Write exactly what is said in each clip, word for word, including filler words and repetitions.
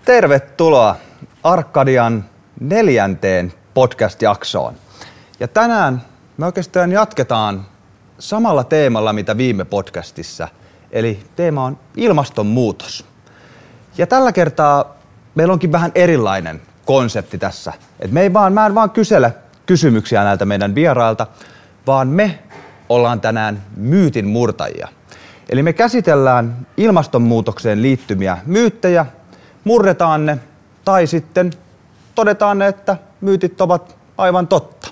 Tervetuloa Arkadian neljänteen podcast-jaksoon. Ja tänään me oikeastaan jatketaan samalla teemalla, mitä viime podcastissa. Eli teema on ilmastonmuutos. Ja tällä kertaa meillä onkin vähän erilainen konsepti tässä. Et me ei vaan, mä en vaan kysele kysymyksiä näiltä meidän vierailta, vaan me ollaan tänään myytin murtajia. Eli me käsitellään ilmastonmuutokseen liittymiä myyttejä, murretaan ne tai sitten todetaan ne, että myytit ovat aivan totta.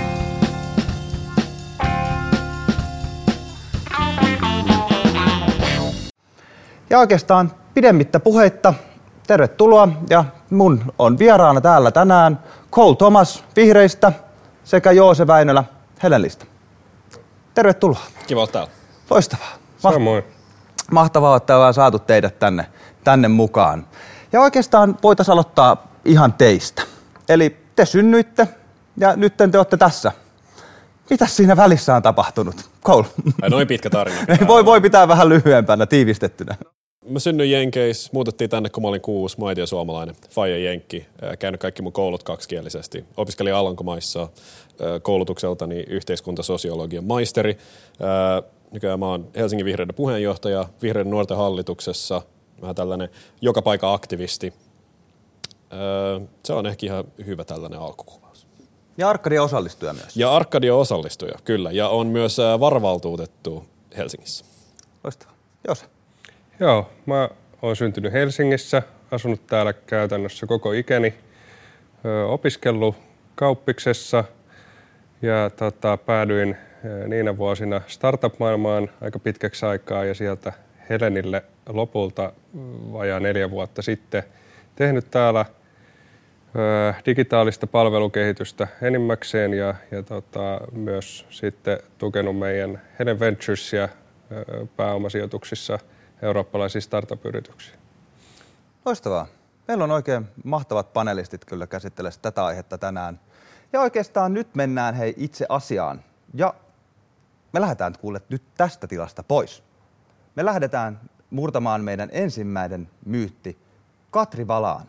Ja oikeastaan pidemmittä puheitta, tervetuloa ja mun on vieraana täällä tänään Cole Thomas Vihreistä sekä Joose Väinölä Helenlistä. Tervetuloa. Kiva olla täällä. Loistavaa. Samoin. Mahtavaa, että ollaan saatu teidät tänne, tänne mukaan. Ja oikeastaan voitaisiin aloittaa ihan teistä. Eli te synnyitte ja nyt te olette tässä. Mitäs siinä välissä on tapahtunut? Cole. Ai noin pitkä tarina. voi, voi pitää vähän lyhyempänä, tiivistettynä. Mä synnyin Jenkeissä, muutettiin tänne kun mä olin kuusi, mä äiti suomalainen, faija jenkki, käynyt kaikki mun koulut kaksikielisesti. Opiskelin Alankomaissa koulutukseltani yhteiskuntasosiologian maisteri. Nykyään mä oon Helsingin Vihreiden puheenjohtaja, Vihreiden nuorten hallituksessa, vähän tällainen joka paikan aktivisti. Se on ehkä ihan hyvä tällainen alkukuvaus. Ja Arkadia osallistuja myös. Ja Arkadia osallistuja, kyllä. Ja on myös varavaltuutettu Helsingissä. Loistavaa. Joose. Joo, mä oon syntynyt Helsingissä, asunut täällä käytännössä koko ikäni, ö, opiskellut kauppiksessa ja tota, päädyin ö, niinä vuosina startup-maailmaan aika pitkäksi aikaa ja sieltä Helenille lopulta vajaa neljä vuotta sitten tehnyt täällä ö, digitaalista palvelukehitystä enimmäkseen ja, ja tota, myös sitten tukenut meidän Helen Venturesia ö, pääomasijoituksissa eurooppalaisia startup-yrityksiä. Loistavaa. Meillä on oikein mahtavat panelistit kyllä käsittelemään tätä aihetta tänään. Ja oikeastaan nyt mennään hei itse asiaan. Ja me lähdetään kuule nyt tästä tilasta pois. Me lähdetään murtamaan meidän ensimmäinen myytti Katri Valaan.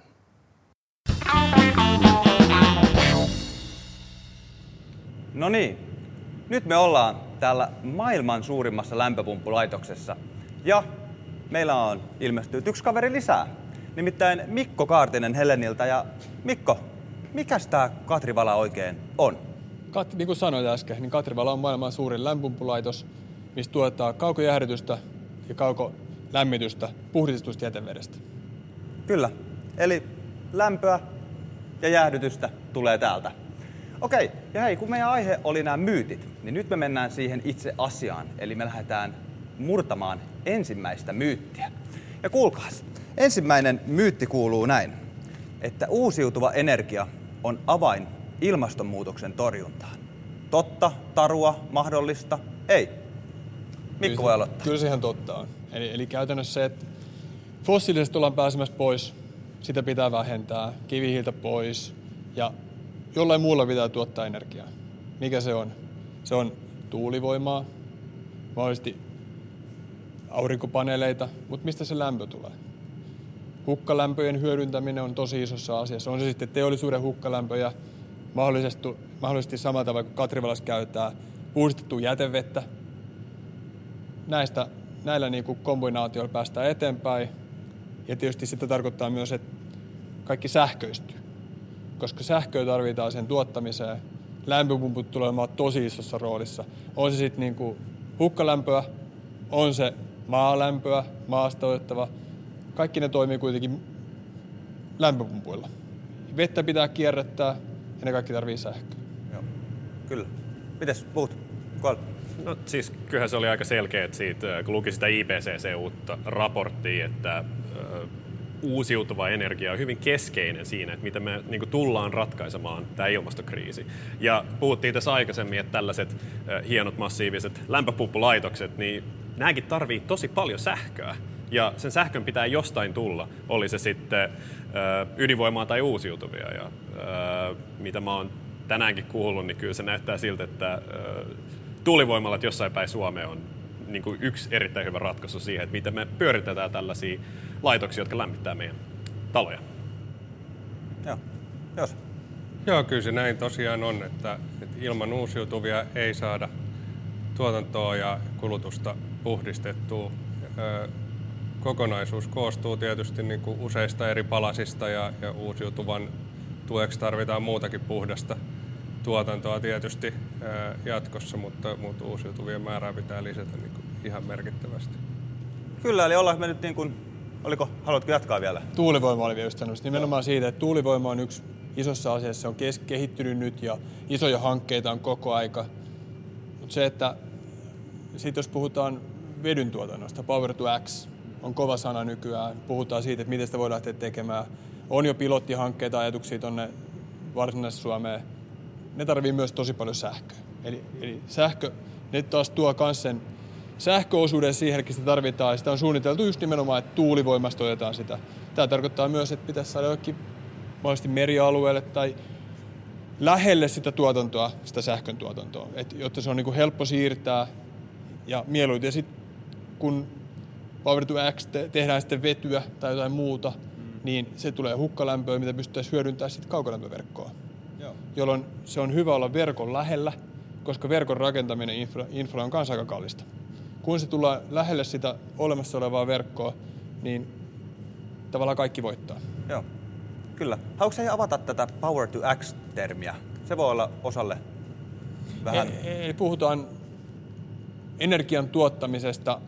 No niin, nyt me ollaan täällä maailman suurimmassa lämpöpumppulaitoksessa. Ja meillä on ilmestynyt yksi kaveri lisää, nimittäin Mikko Kaartinen Heleniltä. Ja Mikko, mikäs tää Katri Vala oikein on? Kat, niin kuin sanoit äsken, niin Katri Vala on maailman suurin lämpöpumppulaitos, mistä tuotetaan kaukojäähdytystä ja kaukolämmitystä puhdistetusta jätevedestä. Kyllä, eli lämpöä ja jäähdytystä tulee täältä. Okei, ja hei, kun meidän aihe oli nämä myytit, niin nyt me mennään siihen itse asiaan. Eli me lähdetään murtamaan ensimmäistä myyttiä. Ja kuulkaas, ensimmäinen myytti kuuluu näin, että uusiutuva energia on avain ilmastonmuutoksen torjuntaan. Totta, tarua, mahdollista? Ei. Mikko voi aloittaa. Kyllä se ihan totta on. Eli, eli käytännössä se, että fossiilisesta ollaan pääsemässä pois, sitä pitää vähentää, kivihiiltä pois ja jollain muulla pitää tuottaa energiaa. Mikä se on? Se on tuulivoimaa, mahdollisesti aurinkopaneeleita, mutta mistä se lämpö tulee? Hukkalämpöjen hyödyntäminen on tosi isossa asiassa. On se sitten teollisuuden hukkalämpöjä, mahdollisesti, mahdollisesti samalla tavalla kuin Katri Valassa käytetään puhdistettua jätevettä. Näistä, näillä niin kuin kombinaatioilla päästään eteenpäin. Ja tietysti sitä tarkoittaa myös, että kaikki sähköistyy. Koska sähköä tarvitaan sen tuottamiseen, lämpöpumput tulee olemaan tosi isossa roolissa. On se sitten niin kuin hukkalämpöä, on se maalämpöä, maasta otettava. Kaikki ne toimii kuitenkin lämpöpumpuilla. Vettä pitää kierrättää ja ne kaikki tarvii sähköä. Joo, kyllä. Mites puhut? Kuol? No siis kyllähän se oli aika selkeä siitä, kun luki sitä I P C C-uutta raporttia, että ö, uusiutuva energia on hyvin keskeinen siinä, että miten me niin kuin tullaan ratkaisemaan tämä ilmastokriisi. Ja puhuttiin tässä aikaisemmin, että tällaiset ö, hienot massiiviset lämpöpumppulaitokset, niin nämäkin tarvii tosi paljon sähköä. Ja sen sähkön pitää jostain tulla, oli se sitten ö, ydinvoimaa tai uusiutuvia. Ja ö, mitä mä oon tänäänkin kuullut, niin kyllä se näyttää siltä, että ö, tuulivoimalat jossain päin Suomea on niin kuin yksi erittäin hyvä ratkaisu siihen, että miten me pyöritetään tällaisia laitoksia, jotka lämmittää meidän taloja. Joo. Jos. Joo, kyllä se näin tosiaan on, että, että ilman uusiutuvia ei saada tuotantoa ja kulutusta puhdistettua. Kokonaisuus koostuu tietysti niin kuin useista eri palasista ja, ja uusiutuvan tueksi tarvitaan muutakin puhdasta tuotantoa tietysti jatkossa, mutta, mutta uusiutuvien määrää pitää lisätä niin kuin ihan merkittävästi. Kyllä, eli ollaanko me nyt niin kuin, oliko, haluatko jatkaa vielä? Tuulivoima oli vielä just sanomassa. Nimenomaan siitä, että tuulivoima on yksi isossa asiassa, se on kes- kehittynyt nyt ja isoja hankkeita on koko aika. Mutta se, että sit jos puhutaan vedyn tuotannosta, Power to X on kova sana nykyään. Puhutaan siitä, että miten sitä voidaan lähteä tekemään. On jo pilottihankkeita, ajatuksia tuonne Varsinais-Suomeen. Ne tarvii myös tosi paljon sähköä. Eli, eli sähkö, ne taas tuo myös sen sähköosuuden siihen, että sitä tarvitaan. Ja sitä on suunniteltu just nimenomaan, että tuulivoimasta otetaan sitä. Tämä tarkoittaa myös, että pitäisi saada jokin mahdollisesti merialueelle tai lähelle sitä tuotantoa, sitä sähkön tuotantoa, et, jotta se on niin kuin helppo siirtää ja mieluiten. Ja sitten kun Power to X te- tehdään sitten vetyä tai jotain muuta, mm. niin se tulee hukkalämpöä, mitä pystyttäisiin hyödyntämään sitten kaukolämpöverkkoa. Joo. Jolloin se on hyvä olla verkon lähellä, koska verkon rakentaminen infra, infra on kanssa aika kallista. Kun se tulee lähelle sitä olemassa olevaa verkkoa, niin tavallaan kaikki voittaa. Joo. Kyllä. Haluatko sä avata tätä Power to X-termiä? Se voi olla osalle vähän... Eli puhutaan energian tuottamisesta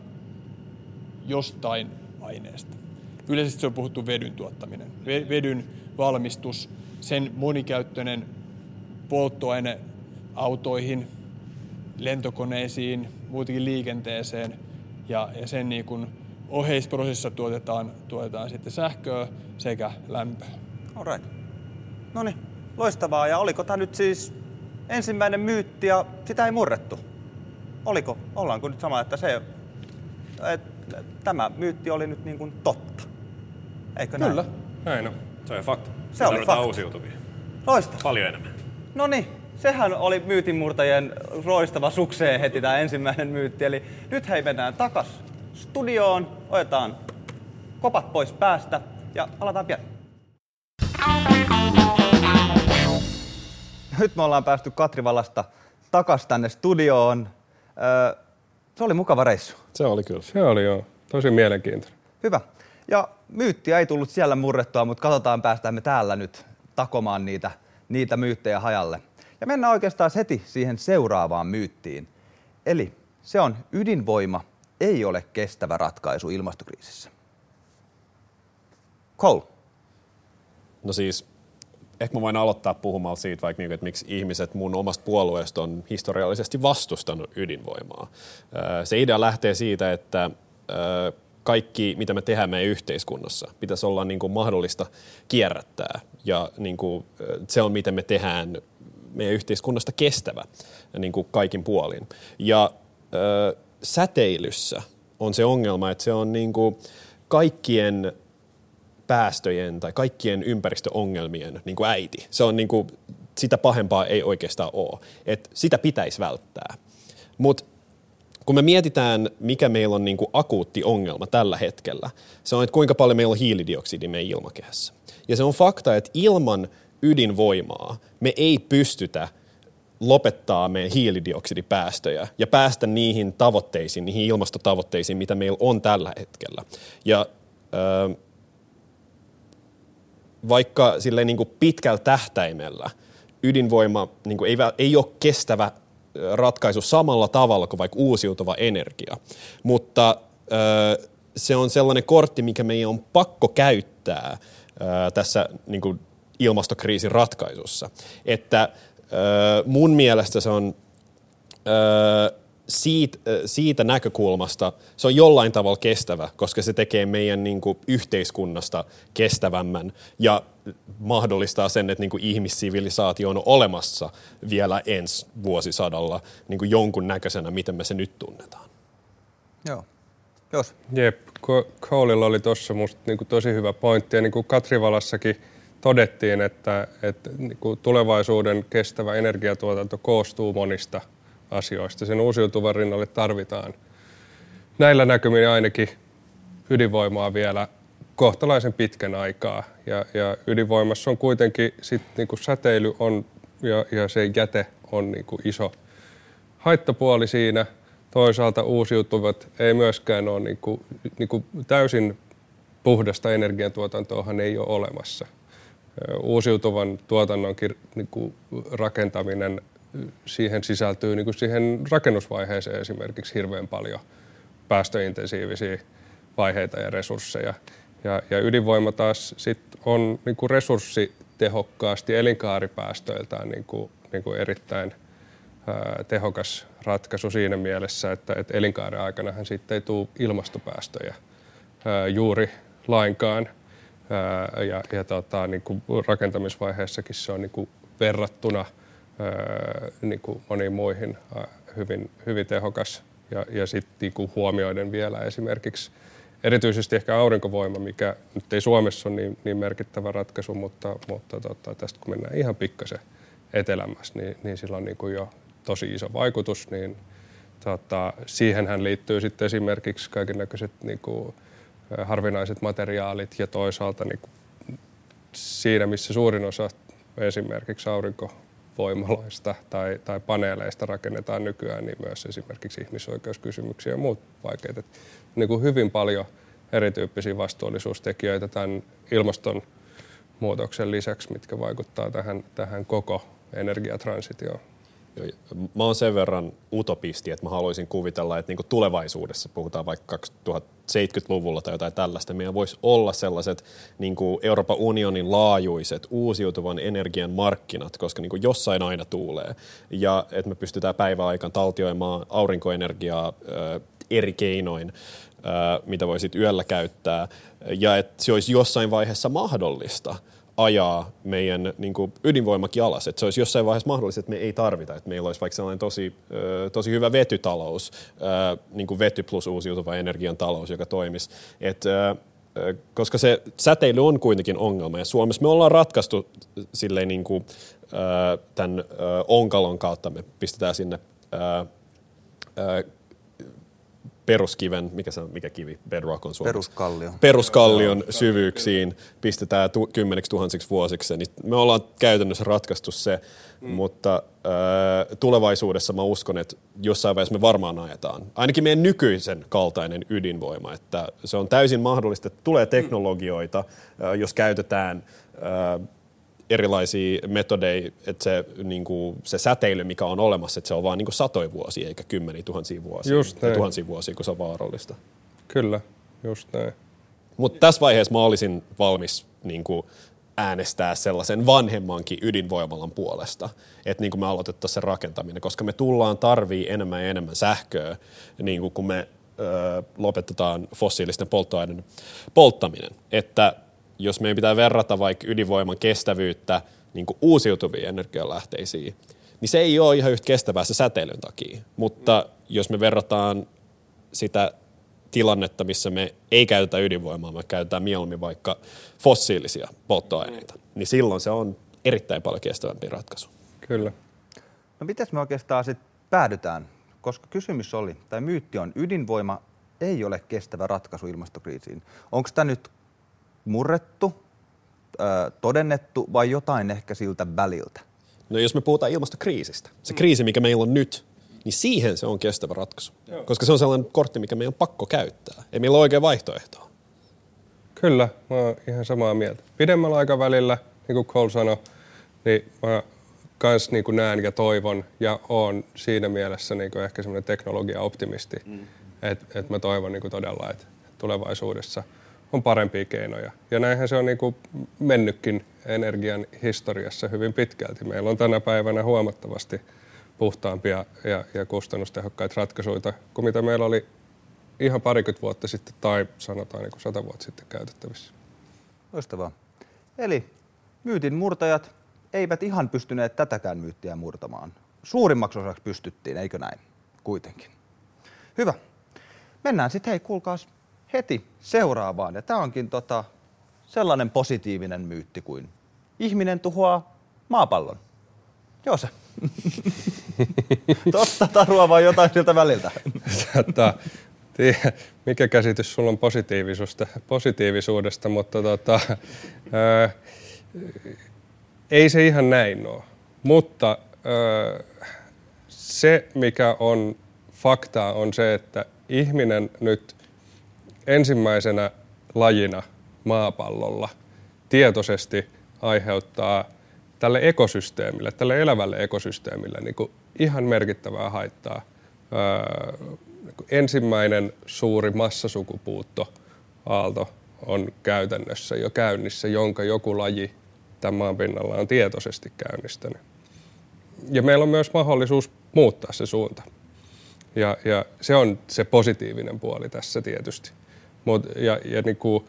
jostain aineesta. Yleisesti se on puhuttu vedyn tuottaminen. Vedyn valmistus, sen monikäyttöinen polttoaine autoihin, lentokoneisiin, muutenkin liikenteeseen ja, ja sen niin kuin oheisprosessissa tuotetaan, tuotetaan sitten sähköä sekä lämpöä. All right. No niin, loistavaa. Ja oliko tämä nyt siis ensimmäinen myytti ja sitä ei murrettu? Oliko? Ollaanko nyt sama, että se, et, tämä myytti oli nyt niin kuin totta? Eikö näin? Kyllä. Näin on. Se on fakta. Se oli fakta. Uusiutuvia. Loistavaa. Paljon enemmän. No niin, sehän oli myytinmurtajien loistava sukseen heti tämä ensimmäinen myytti. Eli nyt hei mennään takas studioon, otetaan kopat pois päästä ja aletaan pian. Nyt me ollaan päästy Katrivallasta takas tänne studioon. Öö, se oli mukava reissu. Se oli kyllä. Se oli joo. Tosi mielenkiintoinen. Hyvä. Ja myyttiä ei tullut siellä murrettua, mutta katsotaan päästään me täällä nyt takomaan niitä, niitä myyttejä hajalle. Ja mennään oikeastaan heti siihen seuraavaan myyttiin. Eli se on ydinvoima ei ole kestävä ratkaisu ilmastokriisissä. Cole. No siis, ehkä mä voin aloittaa puhumalla siitä, vaikka, että miksi ihmiset mun omasta puolueesta on historiallisesti vastustanut ydinvoimaa. Se idea lähtee siitä, että kaikki, mitä me tehdään meidän yhteiskunnassa, pitäisi olla niin kuin mahdollista kierrättää. Ja niin kuin, se on, miten me tehdään meidän yhteiskunnasta kestävä niin kuin kaikin puolin. Ja ö, säteilyssä on se ongelma, että se on niin kuin kaikkien päästöjen tai kaikkien ympäristöongelmien niin kuin äiti. Se on niin kuin, sitä pahempaa ei oikeastaan ole. Et sitä pitäisi välttää. Mutta kun me mietitään, mikä meillä on niin kuin akuutti ongelma tällä hetkellä, se on, että kuinka paljon meillä on hiilidioksidia meidän ilmakehässä. Ja se on fakta, että ilman ydinvoimaa me ei pystytä lopettaa meidän hiilidioksidipäästöjä ja päästä niihin tavoitteisiin, niihin ilmastotavoitteisiin, mitä meillä on tällä hetkellä. Ja äh, vaikka silleen niin kuin pitkällä tähtäimellä ydinvoima niin kuin ei, ei ole kestävä ratkaisu samalla tavalla kuin vaikka uusiutuva energia, mutta äh, se on sellainen kortti, mikä meidän on pakko käyttää äh, tässä niin kuin ilmastokriisin ratkaisussa. Että äh, mun mielestä se on äh, siitä, äh, siitä näkökulmasta, se on jollain tavalla kestävä, koska se tekee meidän niin kuin yhteiskunnasta kestävämmän ja mahdollistaa sen, että niin kuin ihmissivilisaatio on olemassa vielä ensi vuosisadalla niin kuin jonkun näköisenä, miten me se nyt tunnetaan. Joo. Jos. Jep, Coleilla oli tuossa musta niin kuin tosi hyvä pointti ja niin kuin Katrivalassakin todettiin, että, että niin kuin tulevaisuuden kestävä energiatuotanto koostuu monista asioista. Sen uusiutuvan rinnalle tarvitaan näillä näkymin ainakin ydinvoimaa vielä kohtalaisen pitkän aikaa. Ja, ja ydinvoimassa on kuitenkin sit niinku säteily on, ja, ja se jäte on niinku iso haittapuoli siinä. Toisaalta uusiutuvat ei myöskään ole niinku, niinku täysin puhdasta energiantuotantoahan ei ole olemassa. Uusiutuvan tuotannonkin niinku rakentaminen, siihen sisältyy niinku siihen rakennusvaiheeseen esimerkiksi hirveän paljon päästöintensiivisiä vaiheita ja resursseja. Ja, ja ydinvoima taas sit on niinku resurssitehokkaasti elinkaaripäästöiltään niinku, niinku erittäin ää, tehokas ratkaisu siinä mielessä, että et elinkaaren aikanahan siitä ei tule ilmastopäästöjä ää, juuri lainkaan. Ää, ja ja tota, niinku rakentamisvaiheessakin se on niinku verrattuna ää, niinku moniin muihin ää, hyvin, hyvin tehokas. Ja, ja sitten niinku huomioiden vielä esimerkiksi erityisesti ehkä aurinkovoima, mikä nyt ei Suomessa ole niin, niin merkittävä ratkaisu, mutta, mutta tota, tästä kun mennään ihan pikkasen etelämässä, niin, niin sillä on niin kuin jo tosi iso vaikutus. Niin, tota, siihenhän liittyy sitten esimerkiksi kaikennäköiset niin kuin harvinaiset materiaalit ja toisaalta niin kuin siinä, missä suurin osa esimerkiksi aurinkovoimaloista tai, tai paneeleista rakennetaan nykyään, niin myös esimerkiksi ihmisoikeuskysymyksiä ja muut vaikeat. Niin kuin hyvin paljon erityyppisiä vastuullisuustekijöitä tämän ilmastonmuutoksen lisäksi, mitkä vaikuttaa tähän, tähän koko energiatransitioon. Mä oon sen verran utopisti, että mä haluaisin kuvitella, että niinku tulevaisuudessa, puhutaan vaikka kaksituhattaseitsemänkymmentäluvulla tai jotain tällaista, meillä voisi olla sellaiset niinku Euroopan unionin laajuiset uusiutuvan energian markkinat, koska niinku jossain aina tuulee. Ja että me pystytään päiväaikaan taltioimaan aurinkoenergiaa ö, eri keinoin, ö, mitä voi sitten yöllä käyttää, ja että se olisi jossain vaiheessa mahdollista ajaa meidän niin kuin ydinvoimakin alas. Että se olisi jossain vaiheessa mahdollista, että me ei tarvita. Että meillä olisi vaikka sellainen tosi, tosi hyvä vetytalous, niin kuin vety plus uusiutuva energian talous, joka toimisi. Et, koska se säteily on kuitenkin ongelma. Ja Suomessa me ollaan ratkaistu silleen niin kuin, tämän onkalon kautta. Me pistetään sinne peruskiven, mikä se on, mikä kivi, bedrock on suomeksi? Peruskallion. Peruskallion syvyyksiin pistetään tu, kymmeniksi tuhansiksi vuosiksi. Niin me ollaan käytännössä ratkaistu se, mm. mutta äh, tulevaisuudessa mä uskon, että jossain vaiheessa me varmaan ajetaan. Ainakin meidän nykyisen kaltainen ydinvoima, että se on täysin mahdollista, että tulee teknologioita, äh, jos käytetään äh, erilaisia metodeja, että se, niin kuin, se säteily, mikä on olemassa, että se on vaan niin kuin satoja vuosia, eikä kymmeniä tuhansia vuosia. Just näin. Tuhansia vuosia, kun se on vaarallista. Kyllä, just näin. Mutta tässä vaiheessa mä olisin valmis niin kuin, äänestää sellaisen vanhemmankin ydinvoimalan puolesta, että niin kuin me aloitettaisiin se rakentaminen, koska me tullaan tarvii enemmän ja enemmän sähköä, niin kuin kun me ö, lopetetaan fossiilisten polttoaineiden polttaminen. Että jos meidän pitää verrata vaikka ydinvoiman kestävyyttä niin kuin uusiutuviin energialähteisiin, niin se ei ole ihan yhtä kestävää se säteilyn takia. Mutta mm. jos me verrataan sitä tilannetta, missä me ei käytetä ydinvoimaa, me käytetään mieluummin vaikka fossiilisia polttoaineita, mm. niin silloin se on erittäin paljon kestävämpi ratkaisu. Kyllä. No mites me oikeastaan sitten päädytään, koska kysymys oli, tai myytti on, ydinvoima ei ole kestävä ratkaisu ilmastokriisiin. Onko tämä nyt murrettu, ö, todennettu vai jotain ehkä siltä väliltä? No jos me puhutaan ilmastokriisistä, se kriisi, mikä meillä on nyt, niin siihen se on kestävä ratkaisu. Joo. Koska se on sellainen kortti, mikä meidän on pakko käyttää. Ei meillä ole oikein vaihtoehtoa. Kyllä, mä oon ihan samaa mieltä. Pidemmällä aikavälillä, niin kuin Cole sanoi, niin mä kans niin kuin näen ja toivon ja oon siinä mielessä niin kuin ehkä semmoinen teknologia-optimisti. Mm. Että et mä toivon niin kuin todella, että tulevaisuudessa on parempia keinoja. Ja näinhän se on niin kuin mennytkin energian historiassa hyvin pitkälti. Meillä on tänä päivänä huomattavasti puhtaampia ja, ja kustannustehokkaita ratkaisuja kuin mitä meillä oli ihan parikymmentä vuotta sitten tai sanotaan niin kuin sata vuotta sitten käytettävissä. Loistavaa. Eli myytin murtajat eivät ihan pystyneet tätäkään myyttiä murtamaan. Suurimmaksi osaksi pystyttiin, eikö näin? Kuitenkin. Hyvä. Mennään sitten, hei kuulkaas, heti seuraavaan. Ja tämä onkin tota, sellainen positiivinen myytti kuin ihminen tuhoaa maapallon. Joo se. Totta tarua vai jotain siltä väliltä? Tätä, tiedä, mikä käsitys sulla on positiivisuudesta, positiivisuudesta mutta tota, ää, ei se ihan näin ole. Mutta ää, se, mikä on faktaa, on se, että ihminen nyt ensimmäisenä lajina maapallolla tietoisesti aiheuttaa tälle ekosysteemille, tälle elävälle ekosysteemille niin kuin ihan merkittävää haittaa. Öö, niin kuin ensimmäinen suuri massasukupuuttoaalto on käytännössä jo käynnissä, jonka joku laji tämän maan pinnalla on tietoisesti käynnistänyt. Ja meillä on myös mahdollisuus muuttaa se suunta. Ja, ja se on se positiivinen puoli tässä tietysti. Mut, ja ja niin kuin,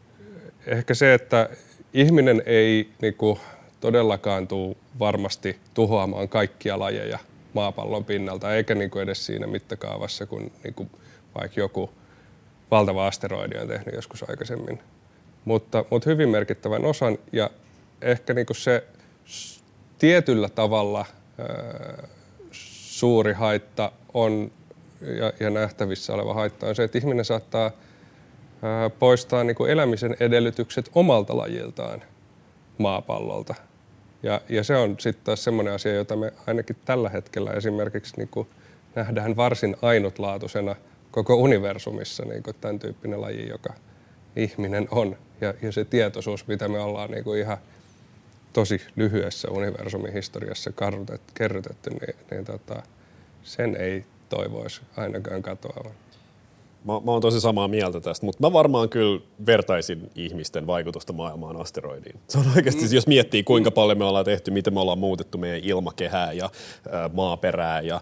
ehkä se, että ihminen ei niin kuin, todellakaan tule varmasti tuhoamaan kaikkia lajeja maapallon pinnalta, eikä niin kuin edes siinä mittakaavassa, kun niin kuin vaikka joku valtava asteroidi on tehnyt joskus aikaisemmin. Mutta, mutta hyvin merkittävän osan, ja ehkä niin kuin se tietyllä tavalla ää, suuri haitta on, ja, ja nähtävissä oleva haitta on se, että ihminen saattaa ää, poistaa niin kuin elämisen edellytykset omalta lajiltaan maapallolta. Ja, ja se on sitten taas semmoinen asia, jota me ainakin tällä hetkellä esimerkiksi niin kuin nähdään varsin ainutlaatuisena koko universumissa, niin kuin tämän tyyppinen laji, joka ihminen on. Ja, ja se tietoisuus, mitä me ollaan niin kuin ihan tosi lyhyessä universumin historiassa kerrytetty, niin, niin tota, sen ei toivoisi ainakaan katoavan. Mä, mä oon tosi samaa mieltä tästä, mutta mä varmaan kyllä vertaisin ihmisten vaikutusta maailmaan asteroidiin. Se on oikeasti, mm. jos miettii kuinka paljon me ollaan tehty, miten me ollaan muutettu meidän ilmakehää ja ä, maaperää ja ä,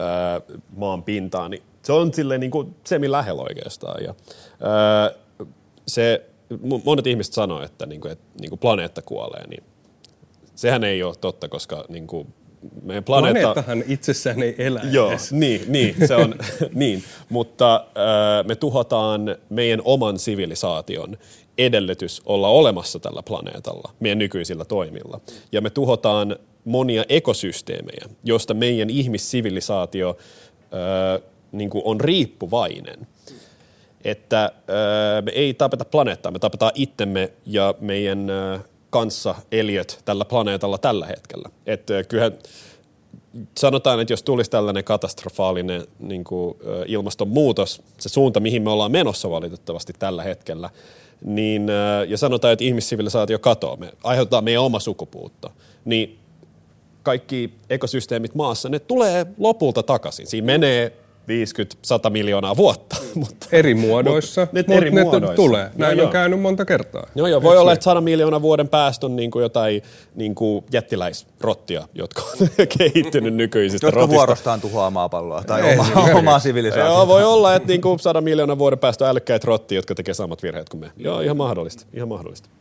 maan pintaa, niin se on silleen niin kuin semmin lähellä oikeastaan. Ja, ä, se, monet ihmiset sanoo, että, niin kuin, että niin kuin planeetta kuolee, niin sehän ei ole totta, koska niin kuin meidän planeetta... Planeettahan itsessään ei elä. Joo, niin, niin, se on niin, mutta äh, me tuhotaan meidän oman sivilisaation edellytys olla olemassa tällä planeetalla, meidän nykyisillä toimilla. Ja me tuhotaan monia ekosysteemejä, joista meidän ihmissivilisaatio äh, niin kuin on riippuvainen. Että äh, me ei tapeta planeettaa, me tapetaan itsemme ja meidän... Äh, kanssa eliöt tällä planeetalla tällä hetkellä. Että kyllähän sanotaan, että jos tulisi tällainen katastrofaalinen niin kuin, ilmastonmuutos, se suunta, mihin me ollaan menossa valitettavasti tällä hetkellä, niin, ja sanotaan, että ihmissivilisaatio katoaa, me aiheutetaan meidän oma sukupuutto, niin kaikki ekosysteemit maassa, ne tulee lopulta takaisin. Siinä menee viisikymmentä sata miljoonaa vuotta. Mutta, eri muodoissa, mutta mutta eri ne muodoissa. tulee. Näin joo, on käynyt monta kertaa. Joo, joo. Voi olla, että sadan miljoonan vuoden päästä on niin kuin jotain niin kuin jättiläisrottia, jotka on kehittynyt nykyisistä jotka rotista. Jotka vuorostaan tuhoaa maapalloa tai omaa, omaa sivilisaatiota. Joo, voi olla, että niin kuin sadan miljoonan vuoden päästä on älykkäitä rottia, jotka tekee samat virheet kuin me. Joo, ihan mahdollista. Ihan mahdollista.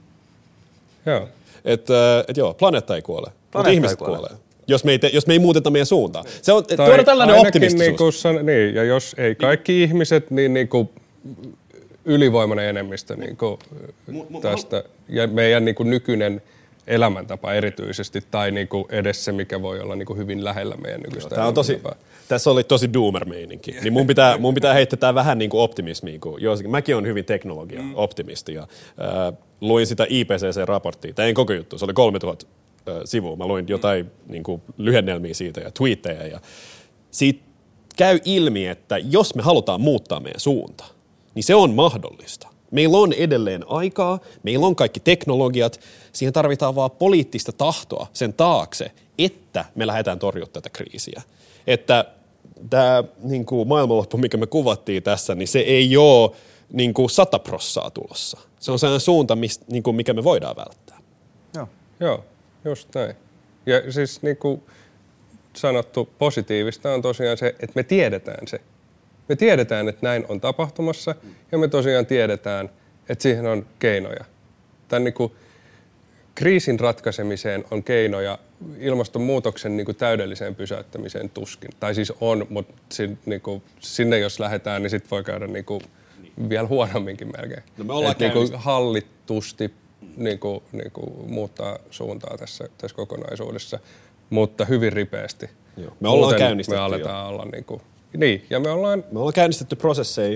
Joo. Että et joo, planeetta ei kuole, mutta ihmiset kuole. kuolee. Jos me, ei te, jos me ei muuteta meidän suuntaa. Se on tuoda tällainen optimistisuus. Niin, niin, ja jos ei kaikki ihmiset, niin, niin kuin ylivoimainen enemmistö niin kuin tästä. Ja meidän niin kuin nykyinen elämäntapa erityisesti, tai niin kuin edes se, mikä voi olla niin kuin hyvin lähellä meidän nykyistä Tämä on tosi, tässä oli tosi doomer-meininki. Niin mun pitää, mun pitää heittää tää vähän niin kuin optimismiin. Kuin joisikin. Mäkin olen hyvin teknologia-optimisti. Ja, äh, luin sitä I P C C-raporttia. Tämä ei koko juttu, se oli kolmetuhatta sivua. Mä luin jotain niin kuin lyhennelmiä siitä ja twiittejä. Ja siitä käy ilmi, että jos me halutaan muuttaa meidän suunta, niin se on mahdollista. Meillä on edelleen aikaa, meillä on kaikki teknologiat, siihen tarvitaan vaan poliittista tahtoa sen taakse, että me lähdetään torjumaan tätä kriisiä. Että tämä niin kuin maailmanloppu, mikä me kuvattiin tässä, niin se ei ole niin kuin sata prossaa tulossa. Se on sellainen suunta, mistä, niin kuin mikä me voidaan välttää. Joo, Joo just näin. Ja siis niin kuin sanottu, positiivista on tosiaan se, että me tiedetään se. Me tiedetään, että näin on tapahtumassa, ja me tosiaan tiedetään, että siihen on keinoja. Tämän niin kuin kriisin ratkaisemiseen on keinoja, ilmastonmuutoksen niin kuin täydelliseen pysäyttämiseen tuskin. Tai siis on, mutta sin, niin kuin, sinne jos lähdetään, niin sitten voi käydä niin kuin vielä huonomminkin melkein. No me ollaan niin kuin hallitusti niin kuin, niin kuin muuttaa suuntaa tässä, tässä kokonaisuudessa, mutta hyvin ripeästi. Joo. Me ollaan käynnistetty me aletaan jo. olla niin kuin, niin, ja me ollaan... Me ollaan käynnistetty prosesseja,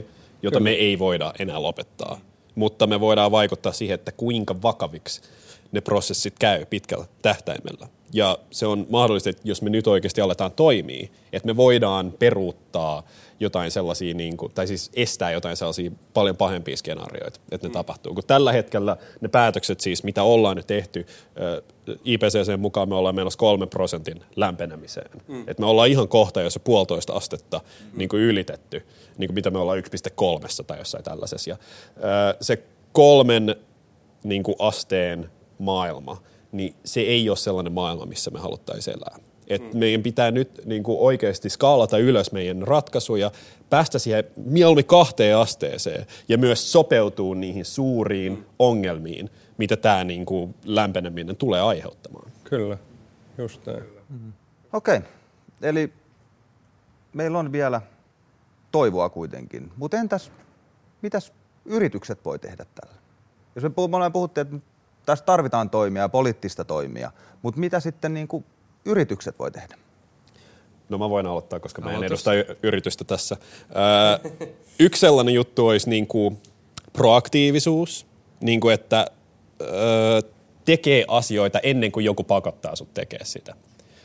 jota Kyllä. me ei voida enää lopettaa. Mutta me voidaan vaikuttaa siihen, että kuinka vakaviksi ne prosessit käy pitkällä tähtäimellä. Ja se on mahdollista, että jos me nyt oikeasti aletaan toimia, että me voidaan peruuttaa jotain sellaisia, niin kuin, tai siis estää jotain sellaisia paljon pahempia skenaarioita, että ne mm. tapahtuu. Kun tällä hetkellä ne päätökset siis, mitä ollaan nyt tehty, I P C C:n mukaan me ollaan menossa kolmen prosentin lämpenemiseen. Mm. Että me ollaan ihan kohta, jos se puolitoista astetta mm. niin kuin ylitetty, niin kuin mitä me ollaan yksi pilkku kolme tai jossain tällaisessa. Ja, se kolmen niin kuin asteen maailma, niin se ei ole sellainen maailma, missä me haluttaisiin elää. Et mm. meidän pitää nyt niin kuin oikeasti skaalata ylös meidän ratkaisuja, päästä siihen mieluummin kahteen asteeseen ja myös sopeutua niihin suuriin mm. ongelmiin, mitä tämä niin kuin lämpeneminen tulee aiheuttamaan. Kyllä, just näin. Mm. Okei, okay. Eli meillä on vielä toivoa kuitenkin, mutta entäs mitäs yritykset voi tehdä tällä? Jos me olemme puhuttiin, että tässä tarvitaan toimia ja poliittista toimia, mutta mitä sitten niin kuin yritykset voi tehdä? No mä voin aloittaa, koska mä en edusta yritystä tässä. Öö, yksi sellainen juttu olisi niin kuin proaktiivisuus, niin kuin että öö, tekee asioita ennen kuin joku pakottaa sut tekemään sitä.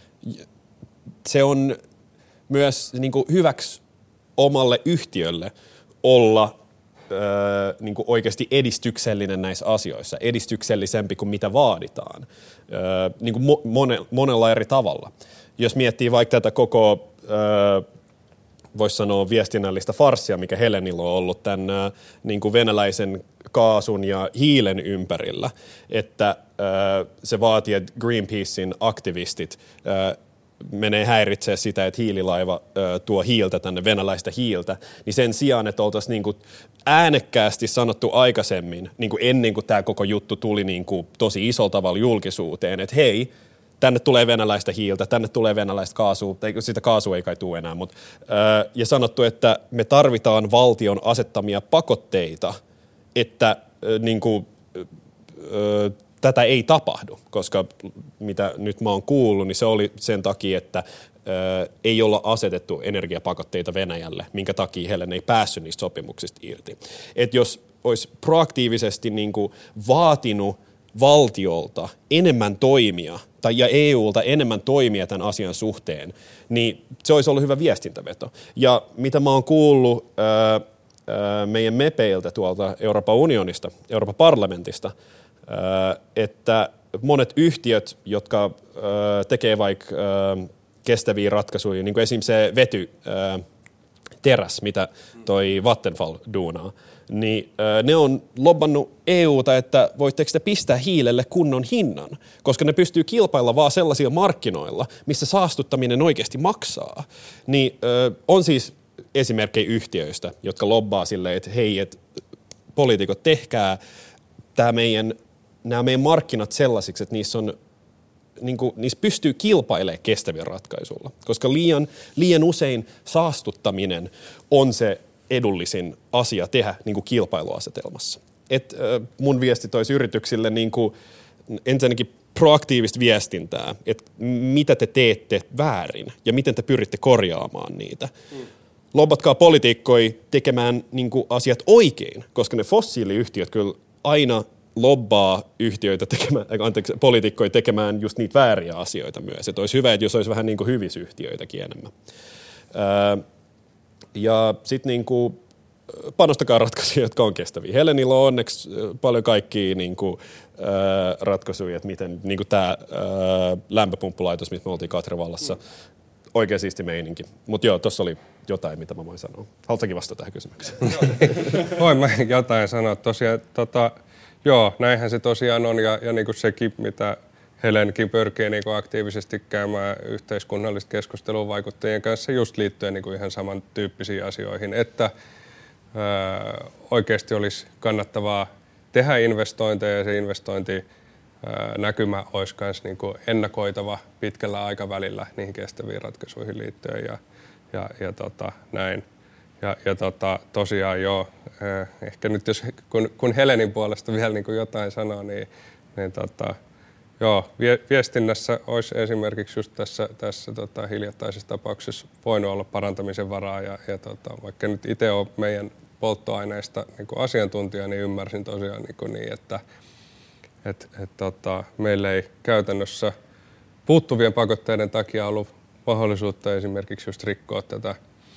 Se on myös niin kuin hyväksi omalle yhtiölle olla Öö, niin kuin oikeasti edistyksellinen näissä asioissa, edistyksellisempi kuin mitä vaaditaan, öö, niin kuin mo- mone- monella eri tavalla. Jos miettii vaikka tätä koko, öö, voisi sanoa viestinnällistä farssia, mikä Helenillä on ollut tämän öö, niin kuin venäläisen kaasun ja hiilen ympärillä, että öö, se vaatii, että Greenpeacein aktivistit öö, menee häiritsemään sitä, että hiililaiva ö, tuo hiiltä tänne, venäläistä hiiltä, niin sen sijaan, että oltaisiin niin kuin äänekkäästi sanottu aikaisemmin, niin kuin ennen kuin tämä koko juttu tuli niin kuin tosi isolla tavalla julkisuuteen, että hei, tänne tulee venäläistä hiiltä, tänne tulee venäläistä kaasua, tai sitä kaasua ei kai tule enää, mutta, ö, ja sanottu, että me tarvitaan valtion asettamia pakotteita, että ö, niin kuin, ö, tätä ei tapahdu, koska mitä nyt mä oon kuullut, niin se oli sen takia, että ö, ei olla asetettu energiapakotteita Venäjälle, minkä takia Helen ei päässyt niistä sopimuksista irti. Et jos olisi proaktiivisesti niin kuin vaatinut valtiolta enemmän toimia, tai ja E U:lta enemmän toimia tämän asian suhteen, niin se olisi ollut hyvä viestintäveto. Ja mitä mä oon kuullut ö, ö, meidän mepeiltä tuolta Euroopan unionista, Euroopan parlamentista, että monet yhtiöt, jotka tekee vaikka kestäviä ratkaisuja, niin kuin esimerkiksi se vetyteräs, mitä toi Vattenfall duunaa, niin ne on lobbannut E U:ta, että voitteko te pistää hiilelle kunnon hinnan, koska ne pystyy kilpailla vaan sellaisilla markkinoilla, missä saastuttaminen oikeasti maksaa. Niin on siis esimerkkejä yhtiöistä, jotka lobbaa silleen, että hei, että poliitikot, tehkää tämä meidän nämä meidän markkinat sellaisiksi, että niissä, on, niin kuin, niissä pystyy kilpailemaan kestävillä ratkaisuilla, koska liian, liian usein saastuttaminen on se edullisin asia tehdä niin kuin kilpailuasetelmassa. Et, äh, mun viesti toisi yrityksille niin kuin, ensinnäkin proaktiivista viestintää, että mitä te teette väärin ja miten te pyritte korjaamaan niitä. Mm. Lobbatkaa poliitikkoja tekemään niin kuin, asiat oikein, koska ne fossiiliyhtiöt kyllä aina lobbaa yhtiöitä tekemään, anteeksi, poliitikkoja tekemään just niitä vääriä asioita myös. Että olisi hyvä, että jos olisi vähän niin kuin hyvisyhtiöitäkin enemmän. Öö, ja sitten niin kuin panostakaa ratkaisuja, jotka on kestäviä. Helenillä on onneksi paljon kaikkia niin kuin, öö, ratkaisuja, että miten niin kuin tämä öö, lämpöpumppulaitos, missä me oltiin Katrivallassa, mm. oikein siisti meininki. Mutta joo, tuossa oli jotain, mitä mä voin sanoa. Haluatko vastata tähän kysymykseen? Voin mä jotain sanoa. Tosiaan, tota, joo, näinhän se tosiaan on, ja, ja niin kuin sekin, mitä Helenkin pyrkii niin kuin aktiivisesti käymään yhteiskunnallista keskustelua vaikuttajien kanssa just liittyen niin kuin ihan samantyyppisiin asioihin, että ää, oikeasti olisi kannattavaa tehdä investointeja, ja se investointinäkymä olisi myös niin kuin ennakoitava pitkällä aikavälillä niihin kestäviin ratkaisuihin liittyen ja, ja, ja tota, näin. Ja, ja tota, tosiaan joo, eh, ehkä nyt jos, kun, kun Helenin puolesta vielä niin kuin jotain sanoo, niin, niin tota, joo, vie, viestinnässä olisi esimerkiksi just tässä, tässä tota, hiljattaisessa tapauksessa voinut olla parantamisen varaa. Ja, ja tota, vaikka nyt itse olen meidän polttoaineista niin kuin asiantuntija, niin ymmärsin tosiaan niin, kuin niin että et, et, tota, meillä ei käytännössä puuttuvien pakotteiden takia ollut mahdollisuutta esimerkiksi just rikkoa tätä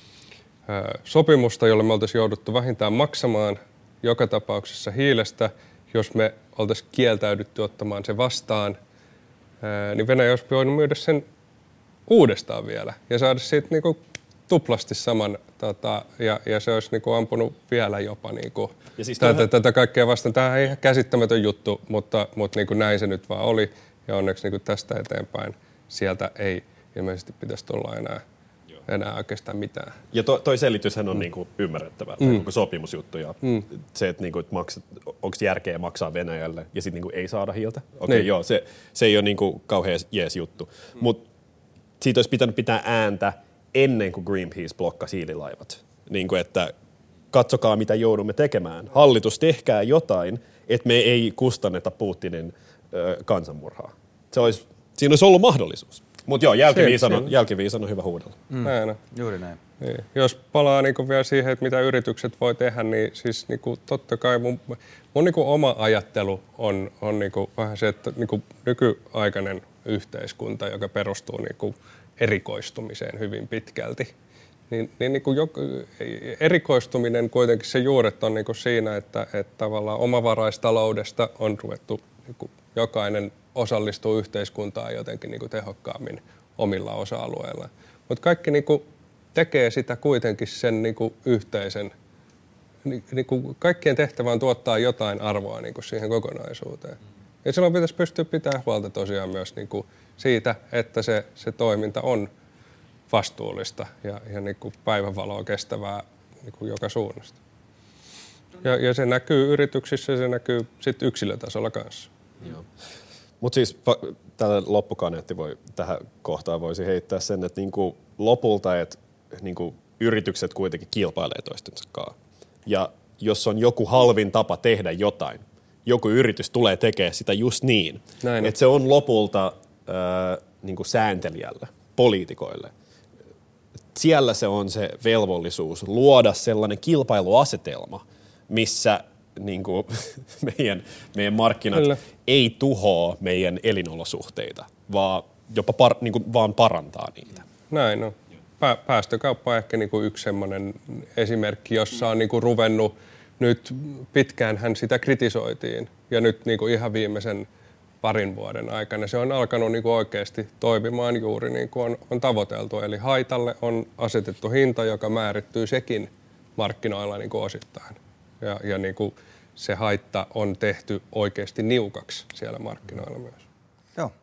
ää, sopimusta, jolle me oltaisiin jouduttu vähintään maksamaan joka tapauksessa hiilestä, jos me oltaisiin kieltäydytty ottamaan se vastaan, ää, niin Venäjä olisi voinut myydä sen uudestaan vielä ja saada siitä niinku tuplasti saman, tota, ja, ja se olisi niinku ampunut vielä jopa niinku siis tätä, tähän... tätä kaikkea vastaan. Tämä on ihan käsittämätön juttu, mutta, mutta niinku näin se nyt vaan oli, ja onneksi niinku tästä eteenpäin sieltä ei ilmeisesti pitäisi tulla enää, enää oikeastaan mitään. Ja to, toi selityshän on mm. niinku ymmärrettävää, mm. koko sopimusjuttu, ja mm. se, että niinku, et maksat, onko järkeä maksaa Venäjälle, ja sitten niinku ei saada hiiltä. Okei, okay, niin. joo, se, se ei ole niinku kauhean jees juttu, mm. mutta siitä olisi pitänyt pitää ääntä ennen kuin Greenpeace blokkasi hiililaivat. Niin kuin, että katsokaa, mitä joudumme tekemään. Hallitus, tehkää jotain, että me ei kustanneta Putinin ö, kansanmurhaa. Se olisi, siinä olisi ollut mahdollisuus. Mutta joo, jälkiviisan jälkiviisan on hyvä huudella. Mm. Näin, juuri näin. Niin. Jos palaa niinku vielä siihen, että mitä yritykset voi tehdä, niin siis niinku, totta kai mun, mun niinku oma ajattelu on, on niinku vähän se, että niinku nykyaikainen yhteiskunta, joka perustuu niinku erikoistumiseen hyvin pitkälti, niin, niin, niin kuin jo, erikoistuminen kuitenkin se juuret on niin kuin siinä, että, että tavallaan omavaraistaloudesta on ruvettu, niin kuin jokainen osallistuu yhteiskuntaan jotenkin niin kuin tehokkaammin omilla osa-alueilla. Mutta kaikki niin kuin tekee sitä kuitenkin sen niin kuin yhteisen, niin, niin kuin kaikkien tehtävä on tuottaa jotain arvoa niin kuin siihen kokonaisuuteen. Ja silloin pitäisi pystyä pitämään huolta tosiaan myös niin kuin siitä, että se, se toiminta on vastuullista ja, ja niin kuin päivänvaloa kestävää niin kuin joka suunnasta. Ja, ja se näkyy yrityksissä ja se näkyy sit yksilötasolla kanssa. Mutta siis tällä loppukaneetti voi, tähän kohtaan voisi heittää sen, että niinku lopulta et, niinku yritykset kuitenkin kilpailee toistensa kanssa. Ja jos on joku halvin tapa tehdä jotain, joku yritys tulee tekemään sitä just niin, että se on lopulta äh, niinku sääntelijälle, poliitikoille. Siellä se on se velvollisuus luoda sellainen kilpailuasetelma, missä niin kuin, meidän, meidän markkinat Kyllä. ei tuhoa meidän elinolosuhteita, vaan jopa par, niin kuin, vaan parantaa niitä. Näin on. Pää, päästökauppa on ehkä niin kuin yksi sellainen esimerkki, jossa on niin kuin ruvennut nyt pitkäänhän sitä kritisoitiin ja nyt niin kuin ihan viimeisen parin vuoden aikana se on alkanut niin kuin oikeasti toimimaan juuri niin kuin on, on tavoiteltu. Eli haitalle on asetettu hinta, joka määrittyy sekin markkinoilla niin kuin osittain. Ja, ja niin kuin se haitta on tehty oikeasti niukaksi siellä markkinoilla myös. Joo.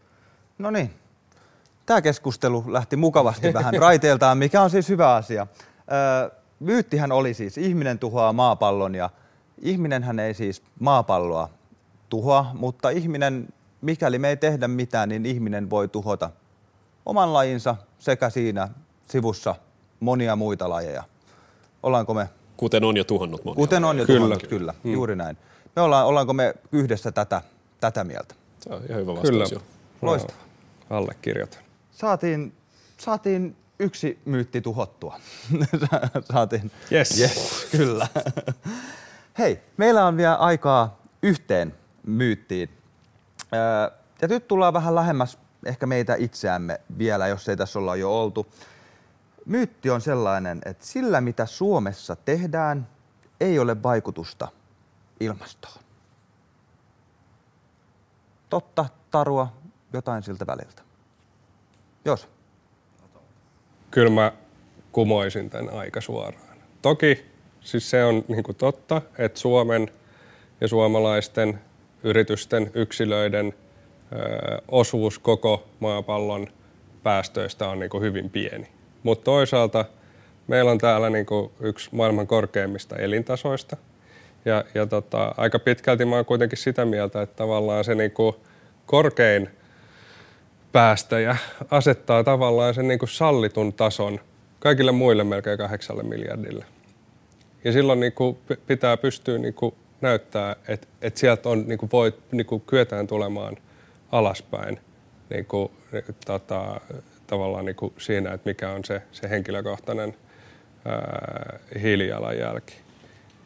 No niin. Tämä keskustelu lähti mukavasti vähän raiteiltaan, mikä on siis hyvä asia. Öö, myyttihän oli siis, ihminen tuhoaa maapallon ja ihminenhän ei siis maapalloa tuhoa, mutta ihminen, mikäli me ei tehdä mitään, niin ihminen voi tuhota oman lajinsa sekä siinä sivussa monia muita lajeja. Ollaanko me... Kuten on jo tuhonnut monia. Kuten on jo kyllä. tuhonnut, kyllä. Hmm. Juuri näin. Me ollaan, ollaanko me yhdessä tätä, tätä mieltä? Se on ihan hyvä vastaus jo. Loistavaa. Allekirjoitan. Saatiin, saatiin yksi myytti tuhottua. saatiin. Yes. yes. Kyllä. Hei, meillä on vielä aikaa yhteen myyttiin. Ja nyt tullaan vähän lähemmäs ehkä meitä itseämme vielä, jos ei tässä olla jo oltu. Myytti on sellainen, että sillä mitä Suomessa tehdään, ei ole vaikutusta ilmastoon. Totta, tarua, jotain siltä väliltä. Jos. Kyllä mä kumoisin tämän aika suoraan. Toki siis se on niin kuin totta, että Suomen ja suomalaisten yritysten, yksilöiden ö, osuus koko maapallon päästöistä on niin kuin hyvin pieni. Mutta toisaalta meillä on täällä niin kuin yksi maailman korkeimmista elintasoista. Ja, ja tota, aika pitkälti mä oon kuitenkin sitä mieltä, että tavallaan se niin kuin korkein päästäjä asettaa tavallaan sen niin kuin sallitun tason kaikille muille melkein kahdeksalle miljardille. Ja silloin niin kuin pitää pystyä niin kuin näyttää, että, että sieltä on, niin kuin voi, niin kuin kyetään tulemaan alaspäin niin kuin, tota, tavallaan niin kuin siinä, että mikä on se, se henkilökohtainen ää, hiilijalanjälki.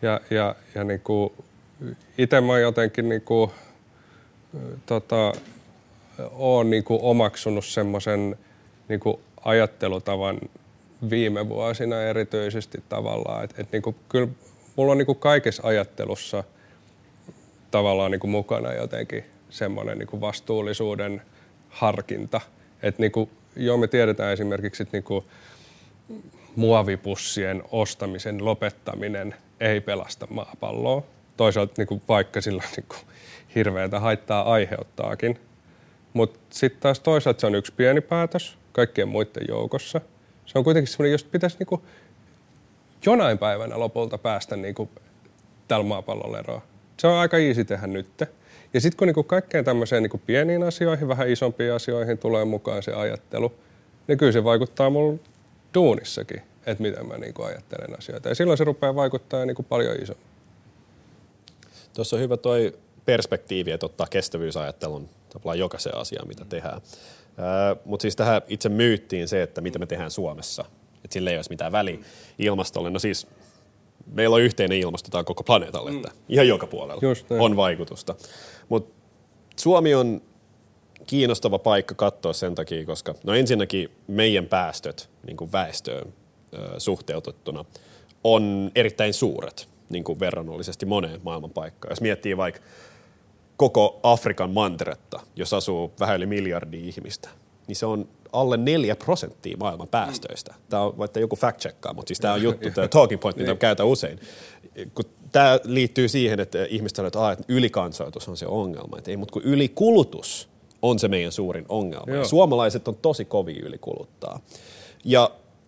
Ja, ja, ja niin kuin itse mä oon jotenkin niin kuin, tota, oon niin kuin omaksunut semmoisen niin kuin ajattelutavan viime vuosina erityisesti tavallaan. Että et niin kuin, kyllä mulla on niin kuin kaikessa ajattelussa tavallaan niin kuin mukana jotenkin semmoinen niin kuin vastuullisuuden harkinta. Että niin kuin, joo, me tiedetään esimerkiksi, että niin kuin muovipussien ostamisen lopettaminen ei pelasta maapalloa. Toisaalta niin kuin, vaikka sillä niin kuin hirveätä haittaa aiheuttaakin. Mutta sitten taas toisaalta se on yksi pieni päätös kaikkien muiden joukossa. Se on kuitenkin semmoinen, jos pitäisi niin kuin jonain päivänä lopulta päästä niin kuin tällä maapallolla eroon. Se on aika easy tehdä nyt. Ja sitten kun niin kuin kaikkeen tämmöiseen niin kuin pieniin asioihin, vähän isompiin asioihin tulee mukaan se ajattelu, niin kyllä se vaikuttaa mulle duunissakin, että miten mä niin kuin ajattelen asioita. Ja silloin se rupeaa vaikuttaa niin kuin paljon isommin. Tuossa on hyvä toi perspektiivi, että ottaa kestävyysajattelun tavallaan jokaisen asiaan, mitä tehdään. Mutta siis tähän itse myyttiin se, että mitä me tehdään Suomessa. Että sillä ei olisi mitään väliä ilmastolle. No siis meillä on yhteinen ilmasto tää koko planeetalle, että mm. ihan joka puolella on vaikutusta. Mutta Suomi on kiinnostava paikka katsoa sen takia, koska no ensinnäkin meidän päästöt niin kuin väestöön ö, suhteutettuna on erittäin suuret niin kuin verrannollisesti moneen maailman paikkaan. Jos miettii vaikka koko Afrikan manteretta, jos asuu vähän yli miljardia ihmistä, niin se on alle neljä prosenttia maailman päästöistä. Tämä on vaikka joku fact-checkaa, mutta siis tämä on juttu, tämä talking point, mitä käytän usein. Kun tämä liittyy siihen, että ihmiset sanoo, että, että ylikansoitus on se ongelma. Että ei, mutta kun ylikulutus on se meidän suurin ongelma. Ja suomalaiset on tosi kovia ylikuluttaa. Ja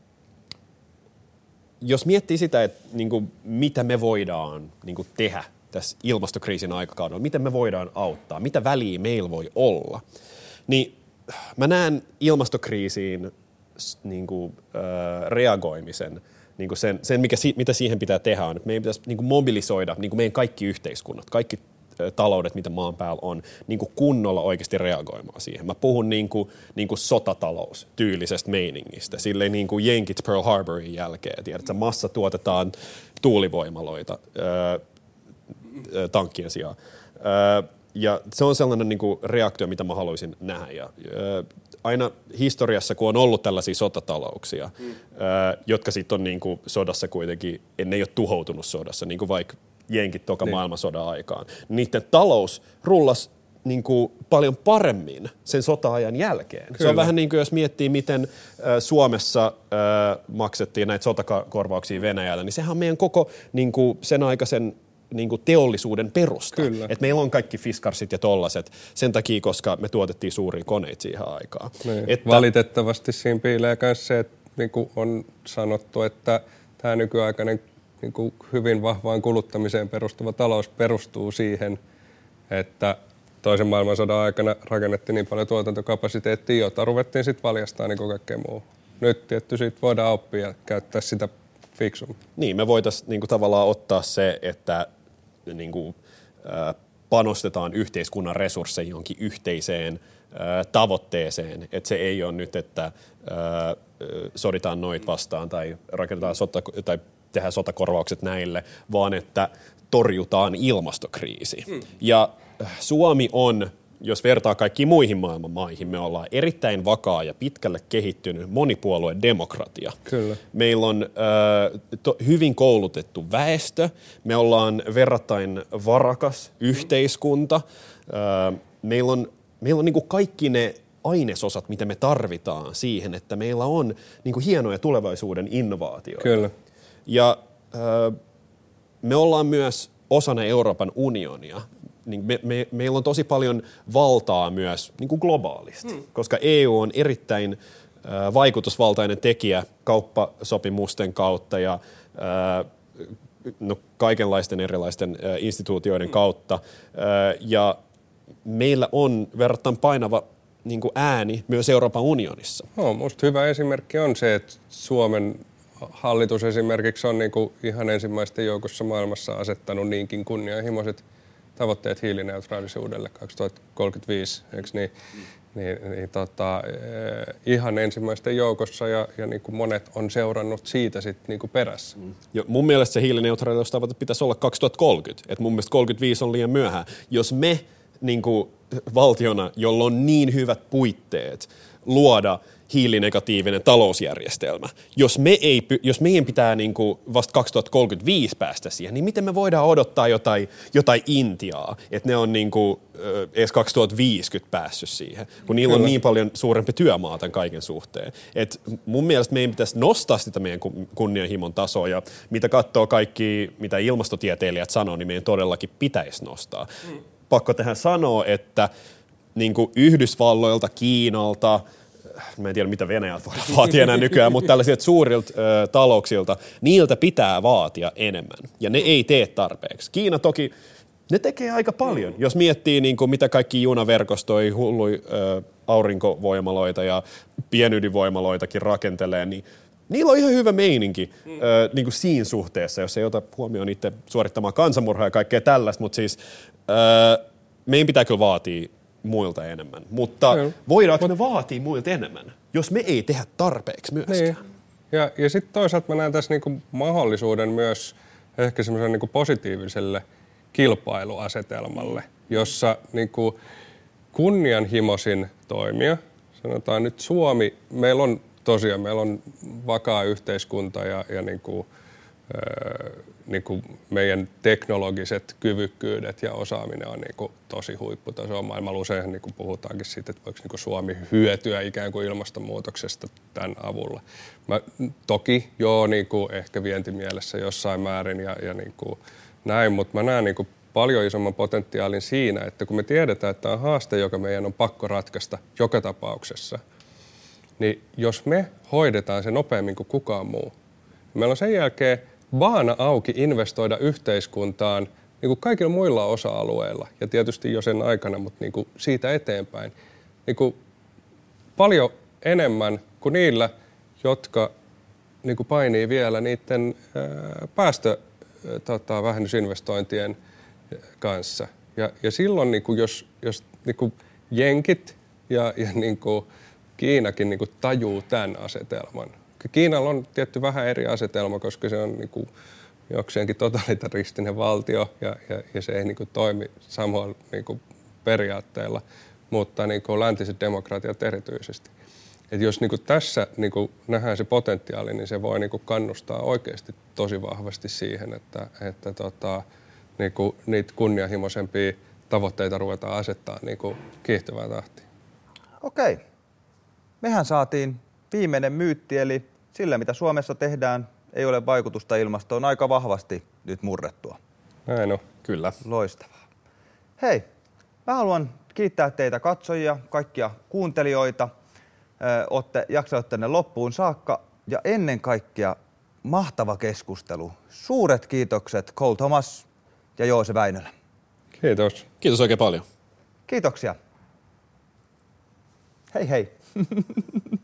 jos miettii sitä, että niin kuin, mitä me voidaan niin kuin, tehdä tässä ilmastokriisin aikakaudella, miten me voidaan auttaa, mitä väliä meillä voi olla, niin mä näen ilmastokriisiin niin kuin, äh, reagoimisen, niin kuin sen, sen mikä si, mitä siihen pitää tehdä on, että meidän pitäisi niin kuin mobilisoida niin kuin meidän kaikki yhteiskunnat, kaikki äh, taloudet, mitä maan päällä on, niin kuin kunnolla oikeasti reagoimaan siihen. Mä puhun niin kuin, niin kuin sotatalous tyylisestä meiningistä, silleen niin kuin jenkit Pearl Harborin jälkeen, tiedätkö, massa tuotetaan tuulivoimaloita äh, tankkien sijaan. Äh, Ja se on sellainen niin kuin reaktio, mitä mä haluaisin nähdä. Ja, ö, aina historiassa, kun on ollut tällaisia sotatalouksia, mm. ö, jotka sitten on niin kuin sodassa kuitenkin, ne ei ole tuhoutunut sodassa, niin kuin vaikka jenkit toka niin. maailmansodan aikaan, niiden talous rullasi niin kuin paljon paremmin sen sota-ajan jälkeen. Kyllä. Se on vähän niin kuin jos miettii, miten ö, Suomessa ö, maksettiin näitä sotakorvauksia Venäjällä, niin sehän on meidän koko niin kuin sen aikaisen niin kuin teollisuuden perusta. Et meillä on kaikki fiskarsit ja tollaset sen takia, koska me tuotettiin suuria koneita siihen aikaan. Niin. Että valitettavasti siinä piilee myös se, että niin kuin on sanottu, että tämä nykyaikainen niin kuin hyvin vahvaan kuluttamiseen perustuva talous perustuu siihen, että toisen maailmansodan aikana rakennettiin niin paljon tuotantokapasiteettia, jota ruvettiin sitten valjastamaan niin kuin kaikkea muu. Nyt tietty siitä voidaan oppia ja käyttää sitä fiksummin. Niin, me voitaisiin niin kuin tavallaan ottaa se, että niin kuin, äh, panostetaan yhteiskunnan resursseja jonkin yhteiseen äh, tavoitteeseen. Että se ei ole nyt, että äh, soditaan noit vastaan tai rakennetaan sota, tai tehdään sotakorvaukset näille, vaan että torjutaan ilmastokriisi. Mm. Ja Suomi on, jos vertaa kaikkiin muihin maailman maihin, me ollaan erittäin vakaa ja pitkälle kehittynyt monipuolueen demokratia. Kyllä. Meillä on äh, to, hyvin koulutettu väestö, me ollaan verrattain varakas yhteiskunta, äh, meillä on, meillä on niin kuin kaikki ne ainesosat, mitä me tarvitaan siihen, että meillä on niin kuin hienoja tulevaisuuden innovaatioita. Kyllä. Ja äh, me ollaan myös osana Euroopan unionia. Niin me, me, meillä on tosi paljon valtaa myös niin kuin globaalisti, hmm. koska E U on erittäin äh, vaikutusvaltainen tekijä kauppasopimusten kautta ja äh, no, kaikenlaisten erilaisten äh, instituutioiden hmm. kautta. Äh, ja meillä on verrattain painava niin kuin ääni myös Euroopan unionissa. No, musta hyvä esimerkki on se, että Suomen hallitus esimerkiksi on niin kuin ihan ensimmäisten joukossa maailmassa asettanut niinkin kunnianhimoiset tavoitteet hiilineutraalisuudelle kaksituhattakolmekymmentäviisi, eikö niin? Mm. niin, niin tota, ihan ensimmäisten joukossa ja, ja niin kuin monet on seurannut siitä sitten niin kuin perässä. Mm. Jo, mun mielestä se hiilineutraaliustavoite pitäisi olla kaksituhattakolmekymmentä. Et mun mielestä kolmekymmentäviisi on liian myöhään. Jos me niin kuin valtiona, jolla on niin hyvät puitteet luoda hiilinegatiivinen talousjärjestelmä. Jos, me ei, jos meidän pitää niin kuin vasta kaksituhattakolmekymmentäviisi päästä siihen, niin miten me voidaan odottaa jotain, jotain Intiaa, että ne on niin kuin, edes kaksituhattaviisikymmentä päässyt siihen, kun niillä Kyllä. on niin paljon suurempi työmaa tämän kaiken suhteen. Et mun mielestä meidän pitäisi nostaa sitä meidän kunnianhimon tasoa, ja mitä katsoo kaikki, mitä ilmastotieteilijät sanoo, niin meidän todellakin pitäisi nostaa. Mm. Pakko tähän sanoa, että niin kuin Yhdysvalloilta, Kiinalta, mä en tiedä mitä Venäjältä voidaan vaatia enää nykyään, mutta tällaisilta suurilta ö, talouksilta, niiltä pitää vaatia enemmän. Ja ne ei tee tarpeeksi. Kiina toki, ne tekee aika paljon. Mm. Jos miettii niin kuin, mitä kaikki junaverkostoja, hullui ö, aurinkovoimaloita ja pienydinvoimaloitakin rakentelee, niin niillä on ihan hyvä meininki mm. ö, niin kuin siinä suhteessa, jos ei ota huomioon niiden suorittamaan kansanmurhaa ja kaikkea tällaista. Mutta siis ö, meidän pitää kyllä vaatia muilta enemmän. Mutta no, voidaanko me vaatia muilta enemmän, jos me ei tehdä tarpeeksi myöskään? Niin. Ja, ja sitten toisaalta mä näen tässä niinku mahdollisuuden myös ehkä semmoisen niinku positiiviselle kilpailuasetelmalle, jossa niinku kunnianhimoisin toimija, sanotaan nyt Suomi, meillä on tosiaan meillä on vakaa yhteiskunta ja, ja niinku, öö, niinku meidän teknologiset kyvykkyydet ja osaaminen on niinku tosi huipputasoa. Maailmalla usein niinku puhutaankin siitä, että voiko niinku Suomi hyötyä ikään kuin ilmastonmuutoksesta tämän avulla. Mä, toki joo, niinku ehkä vientimielessä jossain määrin ja, ja niinku näin, mutta mä näen niinku paljon isomman potentiaalin siinä, että kun me tiedetään, että tämä on haaste, joka meidän on pakko ratkaista joka tapauksessa, niin jos me hoidetaan se nopeammin kuin kukaan muu, meillä on sen jälkeen baana auki investoida yhteiskuntaan niin kuin kaikilla muilla osa-alueilla ja tietysti jo sen aikana, mutta niin kuin siitä eteenpäin. Niin kuin paljon enemmän kuin niillä, jotka niin kuin painii vielä niiden ää, päästövähennysinvestointien kanssa. Ja, ja silloin, niin kuin jos, jos niin kuin jenkit ja, ja niin kuin Kiinakin niin kuin tajuu tämän asetelman. Kiinalla on tietty vähän eri asetelma, koska se on niin kuin jokseenkin totalitaristinen valtio ja, ja, ja se ei niin kuin toimi samoilla niin kuin periaatteilla, mutta niin kuin läntiset demokratiat erityisesti. Et jos niin kuin tässä niin kuin nähdään se potentiaali, niin se voi niin kuin kannustaa oikeasti tosi vahvasti siihen, että, että tota, niin kuin niitä kunnianhimoisempia tavoitteita ruvetaan asettaa niin kuin kiihtyvään tahtiin. Okei. Mehän saatiin viimeinen myytti, eli sillä mitä Suomessa tehdään ei ole vaikutusta ilmastoon aika vahvasti nyt murrettua. Näin on. Kyllä. Loistavaa. Hei, mä haluan kiittää teitä katsojia, kaikkia kuuntelijoita. Ö, ootte jaksaneet tänne loppuun saakka ja ennen kaikkea mahtava keskustelu. Suuret kiitokset Cole Thomas ja Joose Väinölä. Kiitos. Kiitos oikein paljon. Kiitoksia. Hei hei.